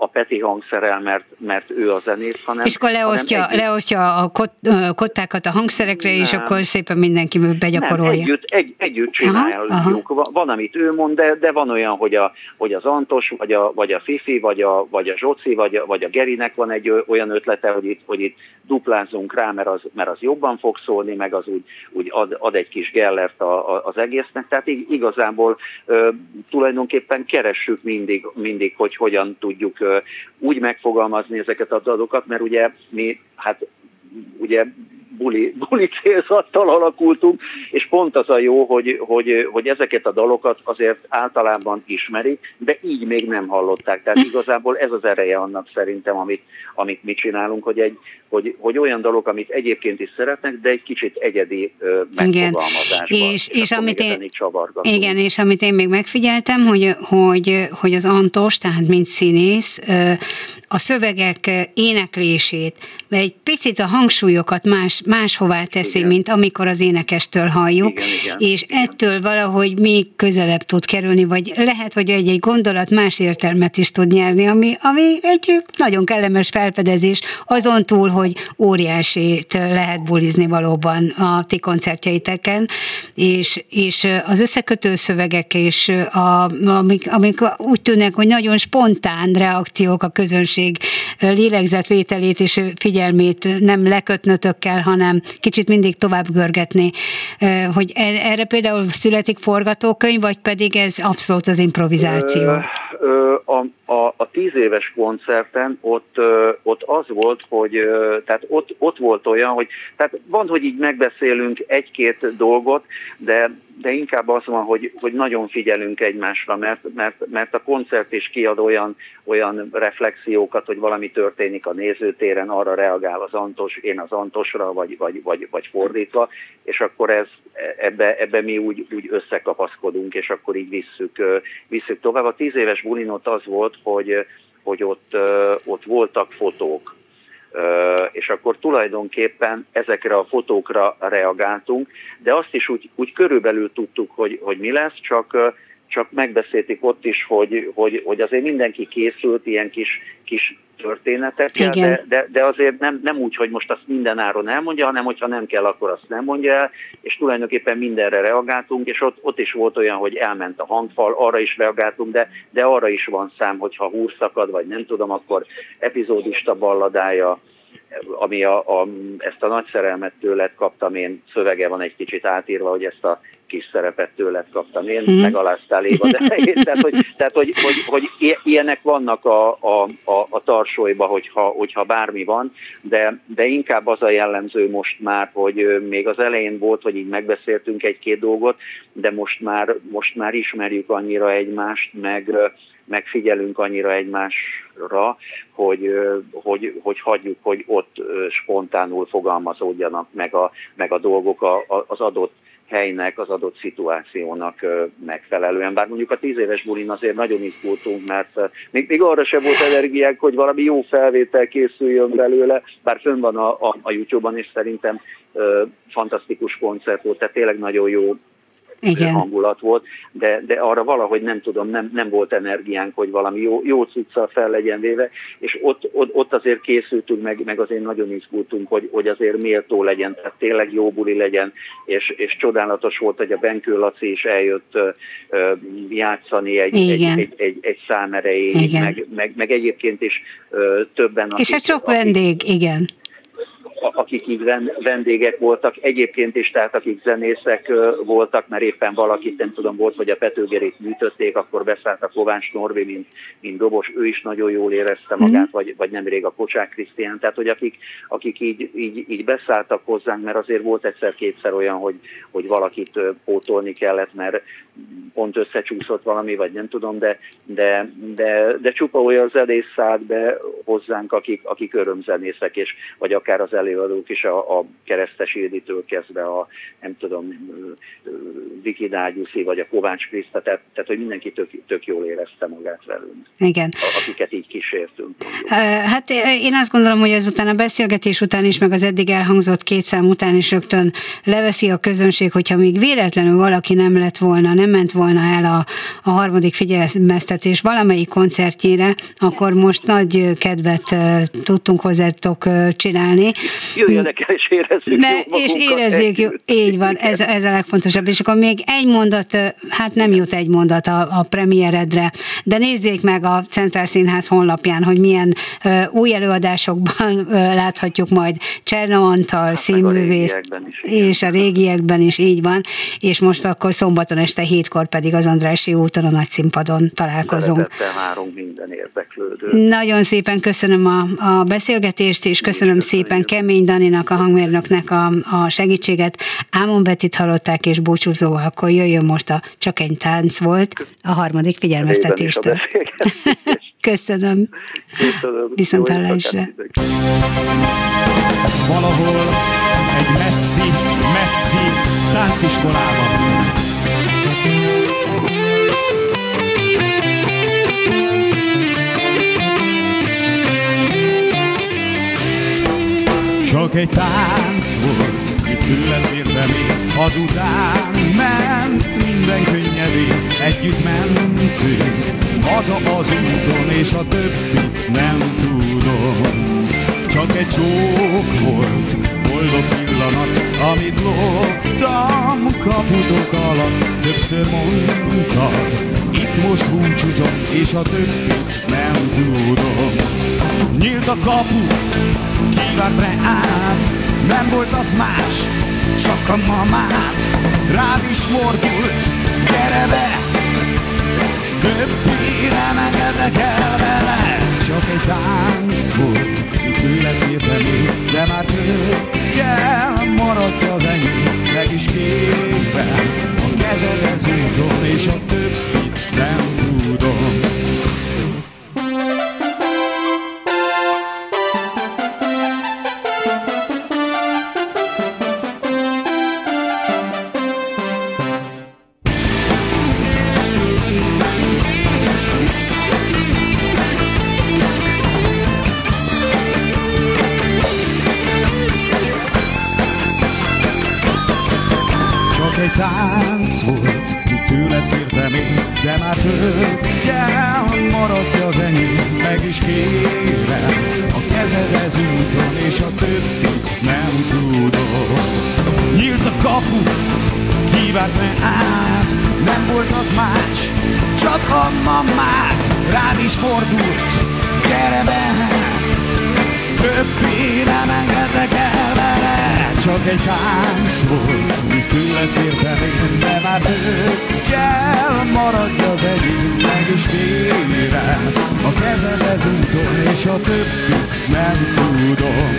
a Peti hangszerel, mert, mert ő a zenész, hanem... És akkor leosztja, együtt, leosztja a kot, kottákat a hangszerekre, nem, és akkor szépen mindenki begyakorolja. Nem, együtt, egy, együtt csináljuk. Aha, aha. Van, amit ő mond, de, de van olyan, hogy, a, hogy az Antos, vagy a, vagy a Fifi, vagy a, vagy a Zsoci, vagy a, vagy a Gerinek van egy olyan ötlete, hogy itt, hogy itt duplázunk rá, mert az, mert az jobban fog szólni, meg az úgy, úgy ad, ad egy kis gellert a, a, az egésznek. Tehát igazából ö, tulajdonképpen keressük mindig, mindig, hogy hogyan tudjuk ö, úgy megfogalmazni ezeket a dalokat, mert ugye mi, hát ugye buli, buli célzattal alakultunk, és pont az a jó, hogy, hogy, hogy ezeket a dalokat azért általában ismerik, de így még nem hallották. Tehát igazából ez az ereje annak szerintem, amit, amit mi csinálunk, hogy, egy, hogy, hogy olyan dalok, amit egyébként is szeretnek, de egy kicsit egyedi ö, megfogalmazásban. És, és, és amit én, igen, és amit én még megfigyeltem, hogy, hogy, hogy az Antos, tehát mint színész, a szövegek éneklését, egy picit a hangsúlyokat más, máshová teszi, igen, mint amikor az énekestől halljuk, igen, igen, és igen, ettől valahogy még közelebb tud kerülni, vagy lehet, hogy egy-egy gondolat más értelmet is tud nyerni, ami, ami egy nagyon kellemes felfedezés, azon túl, hogy óriásit lehet bulizni valóban a ti koncertjeiteken, és, és az összekötő szövegek, és a, amik, amik úgy tűnnek, hogy nagyon spontán reakciók, a közönség lélegzetvételét és figyelmét nem lekötnötök kell, hanem kicsit mindig tovább görgetni. Hogy erre például születik forgatókönyv, vagy pedig ez abszolút az improvizáció? A, a, a tíz éves koncerten ott, ott az volt, hogy tehát ott, ott volt olyan, hogy tehát van, hogy így megbeszélünk egy-két dolgot, de, de inkább az van, hogy, hogy nagyon figyelünk egymásra, mert, mert, mert a koncert is kiad olyan, olyan reflexiókat, hogy valami történik a nézőtéren, arra reagál az Antos, én az Antosra, vagy, vagy, vagy, vagy fordítva, és akkor ez, ebbe, ebbe mi úgy, úgy összekapaszkodunk, és akkor így visszük, visszük tovább. A tíz éves bulinot az volt, hogy, hogy ott, ott voltak fotók, és akkor tulajdonképpen ezekre a fotókra reagáltunk, de azt is úgy, úgy körülbelül tudtuk, hogy, hogy mi lesz, csak, csak megbeszélték ott is, hogy, hogy, hogy azért mindenki készült ilyen kis, kis történetekkel, de, de, de azért nem, nem úgy, hogy most azt minden áron elmondja, hanem hogyha nem kell, akkor azt nem mondja el, és tulajdonképpen mindenre reagáltunk, és ott, ott is volt olyan, hogy elment a hangfal, arra is reagáltunk, de, de arra is van szám, hogyha húr szakad, vagy nem tudom, akkor epizódista balladája, ami a, a, ezt a nagy szerelmet tőled kaptam én, szövege van egy kicsit átírva, hogy ezt a kis szerepet tőled kaptam én, hmm. megaláztál évad elején. Tehát, hogy, tehát hogy, hogy, hogy ilyenek vannak a, a, a, a tarsolyba, hogyha, hogyha bármi van, de, de inkább az a jellemző most már, hogy még az elején volt, hogy így megbeszéltünk egy-két dolgot, de most már, most már ismerjük annyira egymást, meg megfigyelünk annyira egymásra, hogy, hogy, hogy hagyjuk, hogy ott spontánul fogalmazódjanak meg a, meg a dolgok a, a, az adott helynek, az adott szituációnak megfelelően. Bár mondjuk a tíz éves bulin azért nagyon izgultunk, mert még, még arra sem volt energiánk, hogy valami jó felvétel készüljön belőle, bár fönn van a, a, a YouTube-on, és szerintem ö, fantasztikus koncert volt, tehát tényleg nagyon jó, igen, hangulat volt, de, de arra valahogy nem tudom, nem, nem volt energiánk, hogy valami jó, jó cuccal fel legyen véve, és ott, ott, ott azért készültünk, meg, meg azért nagyon izgultunk, hogy, hogy azért méltó legyen, tehát tényleg jó buli legyen, és, és csodálatos volt, hogy a Benkő Laci is eljött uh, játszani egy, egy, egy, egy, egy szám erejéig, meg, meg, meg egyébként is uh, többen. És ez sok vendég, akik, igen. akik így vendégek voltak, egyébként is, tehát akik zenészek voltak, mert éppen valakit, nem tudom, volt, hogy a Petőgerit műtötték, akkor beszállt a Kovács Norbi, mint, mint dobos, ő is nagyon jól érezte magát, mm. vagy, vagy nemrég a Kocsák Krisztián, tehát hogy akik, akik így, így, így beszálltak hozzánk, mert azért volt egyszer-kétszer olyan, hogy, hogy valakit pótolni kellett, mert pont összecsúszott valami, vagy nem tudom, de, de, de, de csupa olyan zenész szállt be hozzánk, akik, akik örömzenészek, és vagy akár az előadók is, a, a Keresztes Ilditől kezdve a, nem tudom, Viki Nágyuszi, vagy a Kovács Kriszta, tehát, tehát hogy mindenki tök, tök jól érezte magát velünk. Igen. Akiket így kísértünk. Mondjuk. Hát én azt gondolom, hogy ezután a beszélgetés után is, meg az eddig elhangzott két szám után is rögtön leveszi a közönség, hogyha még véletlenül valaki nem lett volna, nem ment volna volna el a, a harmadik figyelmeztetés valamelyik koncertjére, akkor most nagy kedvet tudtunk hozzátok csinálni. Jöjjenek el, és érezzük De, jó És érezzék, jó, így van, ez, ez a legfontosabb. És akkor még egy mondat, hát nem jut egy mondat a, a premieredre, de nézzék meg a Centrál Színház honlapján, hogy milyen uh, új előadásokban uh, láthatjuk majd Cserna Antal, hát színművész, és a régiekben is, így van, és most akkor szombaton este hétkor pedig az Andrássy úton a Nagyszínpadon találkozunk. Szeretettel várunk minden érdeklődőt. Nagyon szépen köszönöm a, a beszélgetést, és köszönöm szépen Kemény Daninak, a hangmérnöknek a, a segítséget. Ámon Bettit hallották, és búcsúzó, akkor jöjjön most a Csak egy tánc volt a harmadik figyelmeztetéstől. Köszönöm. Köszönöm. Viszonthallásra. Valahol egy messzi, messzi tánciskolában csak egy tánc volt, itt tőled értem én, azután ment minden könnyedé, együtt mentünk haza az úton, és a többit nem tudom. Csak egy csók volt, boldog pillanat, amit loptam kapudok alatt. Többször mondtad, itt most búcsúzom, és a többit nem tudom. Nyílt a kapu, kívánt reád, nem volt az más, csak a mamád. Rád is fordult, gyere be, többé nem engedek el vele. Csak egy tánc volt, itt tőled kértem én, de már több kell, maradj az enyém. Meg is kérem a kezedhez úton, és a többit nem tudom. Egy tánc volt, itt tőled kértem én, de már több kell, maradj az enyém. Meg is kérem a kezedhez úton, és a többit nem tudom. Nyílt a kapu, kívánt me át, nem volt az más, csak a mamád. Rád is fordult, gyere be, többé nem engedlek el vele. Csak egy tánc volt, mit tőled kértem én, de már több kell, maradj az enyém. Meg is kérem a kezedhez úton, és a többit nem tudom.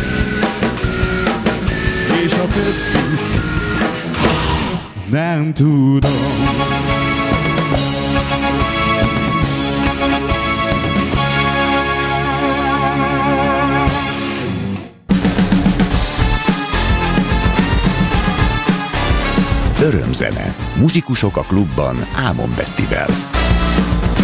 És a többit nem tudom. Örömzene. Muzsikusok a klubban Ámon Bettivel.